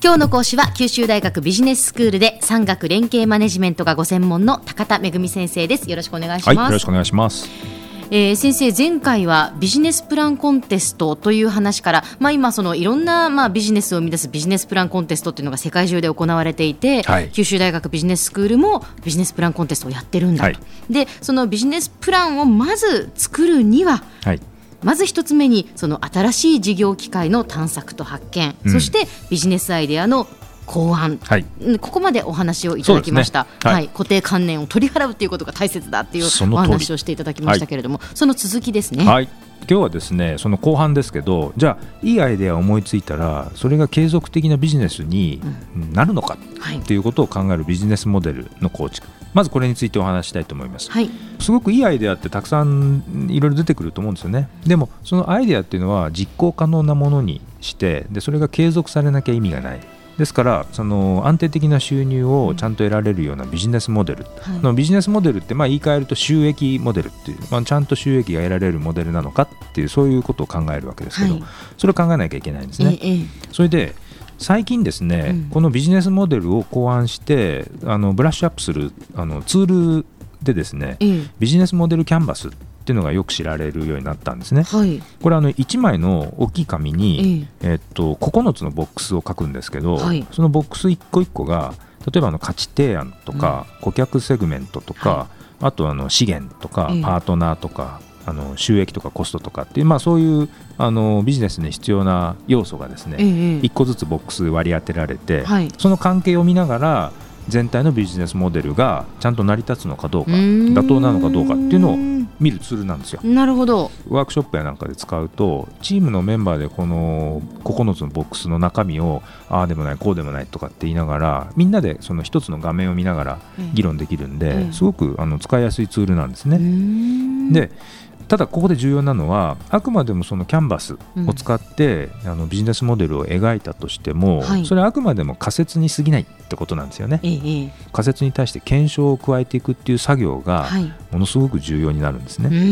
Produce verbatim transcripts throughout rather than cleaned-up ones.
今日の講師は九州大学ビジネススクールで産学連携マネジメントがご専門の高田恵先生です。よろしくお願いします。 はい、よろしくお願いします。 えー、先生、前回はビジネスプランコンテストという話から、まあ、今そのいろんな、まあ、ビジネスを生み出すビジネスプランコンテストっていうのが世界中で行われていて、はい、九州大学ビジネススクールもビジネスプランコンテストをやってるんだと、はい、でそのビジネスプランをまず作るには、はい、まず一つ目にその新しい事業機会の探索と発見、うん、そしてビジネスアイデアの考案、はい、ここまでお話をいただきました、ねはいはい、固定観念を取り払うということが大切だというお話をしていただきましたけれども、そ, その続きですね、 はい、今日はですねその後半ですけど、じゃあいいアイデアを思いついたらそれが継続的なビジネスになるのかということを考えるビジネスモデルの構築、まずこれについてお話したいと思います、はい、すごくいいアイデアってたくさんいろいろ出てくると思うんですよね。でもそのアイデアっていうのは実行可能なものにして、でそれが継続されなきゃ意味がない。ですからその安定的な収入をちゃんと得られるようなビジネスモデル、はい、のビジネスモデルってまあ言い換えると収益モデルっていう、まあ、ちゃんと収益が得られるモデルなのかっていう、そういうことを考えるわけですけど、はい、それを考えなきゃいけないんですね、ええ、それで最近ですね、うん、このビジネスモデルを考案してあのブラッシュアップするあのツールでですね、ええ、ビジネスモデルキャンバスっていうのがよく知られるようになったんですね、はい、これあのいちまいの大きい紙に、えええっと、ここのつのボックスを書くんですけど、はい、そのボックス一個一個が例えばあの価値提案とか、うん、顧客セグメントとか、はい、あとあの資源とか、ええ、パートナーとかあの収益とかコストとかっていう、まあ、そういうあのビジネスに必要な要素がですね、ええ、いっこずつボックス割り当てられて、はい、その関係を見ながら全体のビジネスモデルがちゃんと成り立つのかどうか、妥当なのかどうかっていうのを見るツールなんですよ。 なるほど。 ワークショップやなんかで使うとチームのメンバーでこのここのつのボックスの中身をああでもないこうでもないとかって言いながらみんなでその一つの画面を見ながら議論できるんで、うん、すごくあの使いやすいツールなんですね。でただここで重要なのはあくまでもそのキャンバスを使って、うん、あのビジネスモデルを描いたとしても、はい、それはあくまでも仮説に過ぎないってことなんですよね、ええ、仮説に対して検証を加えていくっていう作業がものすごく重要になるんですね、はい、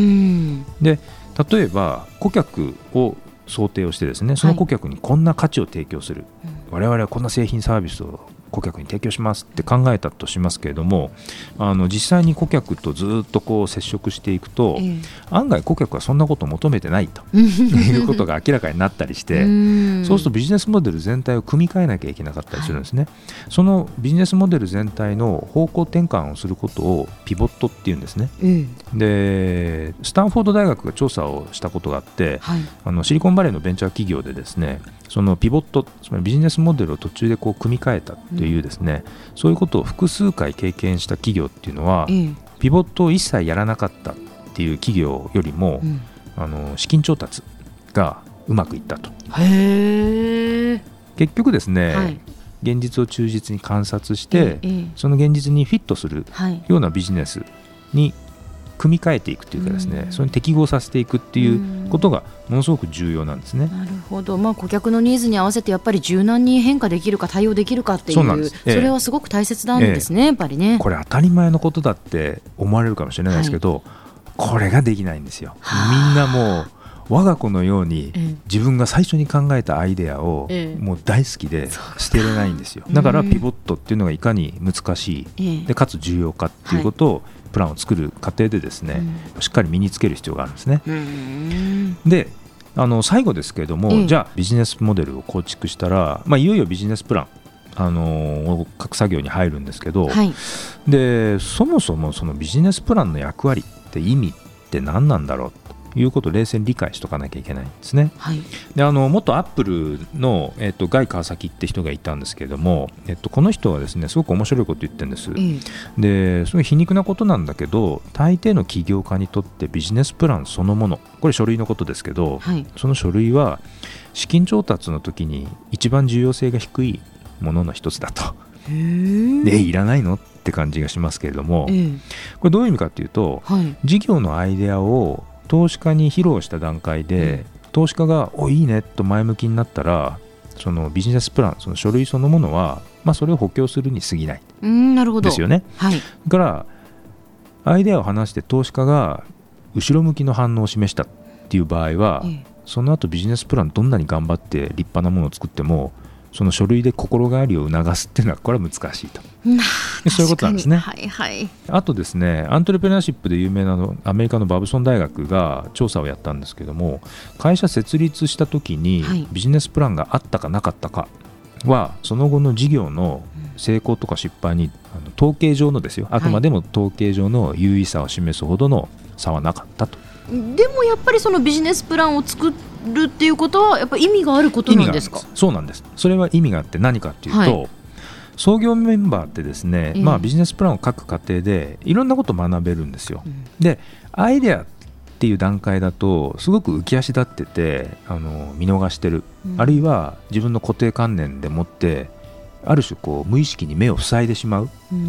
で例えば顧客を想定をしてですね、その顧客にこんな価値を提供する、はい、我々はこんな製品サービスを顧客に提供しますって考えたとしますけれども、あの実際に顧客とずっとこう接触していくと、えー、案外顧客はそんなことを求めてないということが明らかになったりしてそうするとビジネスモデル全体を組み替えなきゃいけなかったりするんですね、はい、そのビジネスモデル全体の方向転換をすることをピボットっていうんですね、えー、でスタンフォード大学が調査をしたことがあって、はい、あのシリコンバレーのベンチャー企業でですね、そのピボット、つまりビジネスモデルを途中でこう組み替えたというですね、うん、そういうことを複数回経験した企業っていうのは、うん、ピボットを一切やらなかったっていう企業よりも、うん、あの資金調達がうまくいったと。へー。結局ですね、はい、現実を忠実に観察して、えー、その現実にフィットするようなビジネスに組み替えていくというかですね、うん、それに適合させていくっていうことがものすごく重要なんですね。 なるほど、まあ、顧客のニーズに合わせてやっぱり柔軟に変化できるか対応できるかっていう、 そ, うそれはすごく大切なんですね、ええ、やっぱりね。 これ当たり前のことだって思われるかもしれないですけど、はい、これができないんですよ。みんなもう我が子のように自分が最初に考えたアイデアをもう大好きで捨てれないんですよ。だからピボットっていうのがいかに難しいでかつ重要かっていうことをプランを作る過程でですね、しっかり身につける必要があるんですね。であの最後ですけれども、じゃあビジネスモデルを構築したら、まあ、いよいよビジネスプランあのー、各作業に入るんですけど、はい、でそもそもそのビジネスプランの役割って意味って何なんだろうということを冷静に理解しておかなきゃいけないんですね、はい、であの元アップルの、えっと、ガイ川崎って人がいたんですけれども、えっと、この人はですねすごく面白いこと言ってるんです、うん、ですごい皮肉なことなんだけど大抵の起業家にとってビジネスプランそのもの、これ書類のことですけど、はい、その書類は資金調達の時に一番重要性が低いものの一つだと。へー。でいらないのって感じがしますけれども、えー、これどういう意味かというと、はい、事業のアイデアを投資家に披露した段階で、うん、投資家がおいいねと前向きになったらそのビジネスプランその書類そのものは、まあ、それを補強するに過ぎない、うん、なるほどですよね、はい、だからアイデアを話して投資家が後ろ向きの反応を示したっていう場合は、うん、その後ビジネスプランどんなに頑張って立派なものを作ってもその書類で心変わりを促すっていうのはこれは難しいと、そういうことなんですね。 はいはい、 あとですね、アントレプレナーシップで有名なのアメリカのバブソン大学が調査をやったんですけども、会社設立した時にビジネスプランがあったかなかったかはその後の事業の成功とか失敗にあの統計上のですよ、あくまでも統計上の優位さを示すほどの差はなかったと。 でもやっぱりそのビジネスプランを作るっていうことはやっぱり意味があることなんですか？ そうなんです。それは意味があって何かっていうと、はい、創業メンバーってですね、えーまあ、ビジネスプランを書く過程でいろんなことを学べるんですよ、うん、でアイデアっていう段階だとすごく浮き足立っててあの見逃してる、うん、あるいは自分の固定観念でもってある種こう無意識に目を塞いでしまう、うん、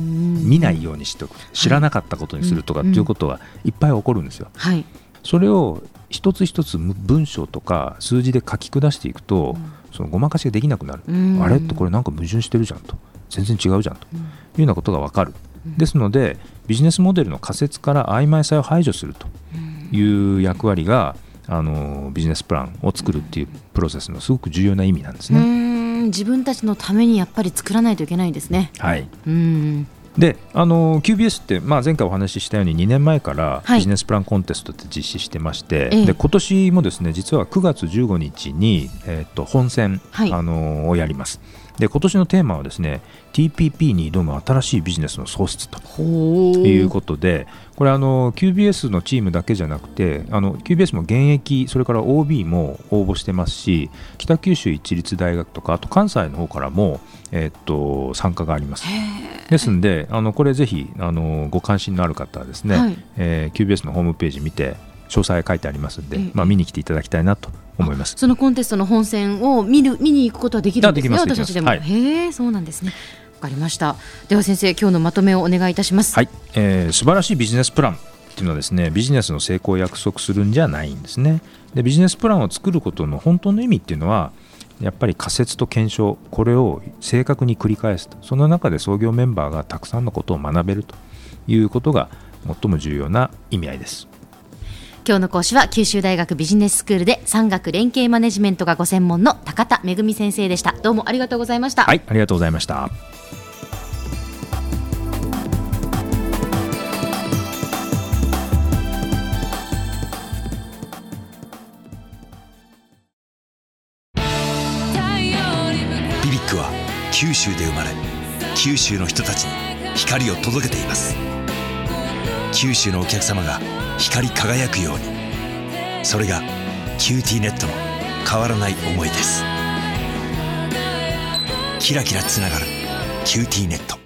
見ないようにしておく、知らなかったことにするとかっていうことはいっぱい起こるんですよ、はい、それを一つ一つ文章とか数字で書き下していくと、うん、そのごまかしができなくなる、うん、あれってこれなんか矛盾してるじゃんと、全然違うじゃんというようなことが分かる、うん、ですのでビジネスモデルの仮説から曖昧さを排除するという役割があのビジネスプランを作るっていうプロセスのすごく重要な意味なんですね。うーん、自分たちのためにやっぱり作らないといけないんですね。 はい、うーんであの キュービーエス って、まあ、前回お話ししたようににねんまえからビジネスプランコンテストって実施してまして、はい、で今年もですね実はくがつじゅうごにちに、えー、と本選、はい、あのをやります。で今年のテーマはですね ティーピーピー に挑む新しいビジネスの創出ということで、これあの キュービーエス のチームだけじゃなくてあの キュービーエス も現役それから オービー も応募してますし、北九州市立大学とかあと関西の方からも、えー、っと参加があります。ですのであのこれぜひあのご関心のある方はですね、はい、えー、キュービーエス のホームページ見て詳細が書いてありますので、まあ、見に来ていただきたいなと思います。 そのコンテストの本選を見る見に行くことはできるんですね。私たちでも、はい、へー、そうなんですね。わかりました。では先生、今日のまとめをお願いいたします。 はい、えー、素晴らしいビジネスプランっていうのはですね、ビジネスの成功を約束するんじゃないんですね。でビジネスプランを作ることの本当の意味っていうのはやっぱり仮説と検証、これを正確に繰り返すと、その中で創業メンバーがたくさんのことを学べるということが最も重要な意味合いです。 今日の講師は九州大学ビジネススクールで産学連携マネジメントがご専門の高田恵先生でした。どうもありがとうございました。 はい、ありがとうございました。 ビビックは九州で生まれ、九州の人たちに光を届けています。九州のお客様が光り輝くように、それがキューティーネットの変わらない思いです。キラキラつながるキューティーネット。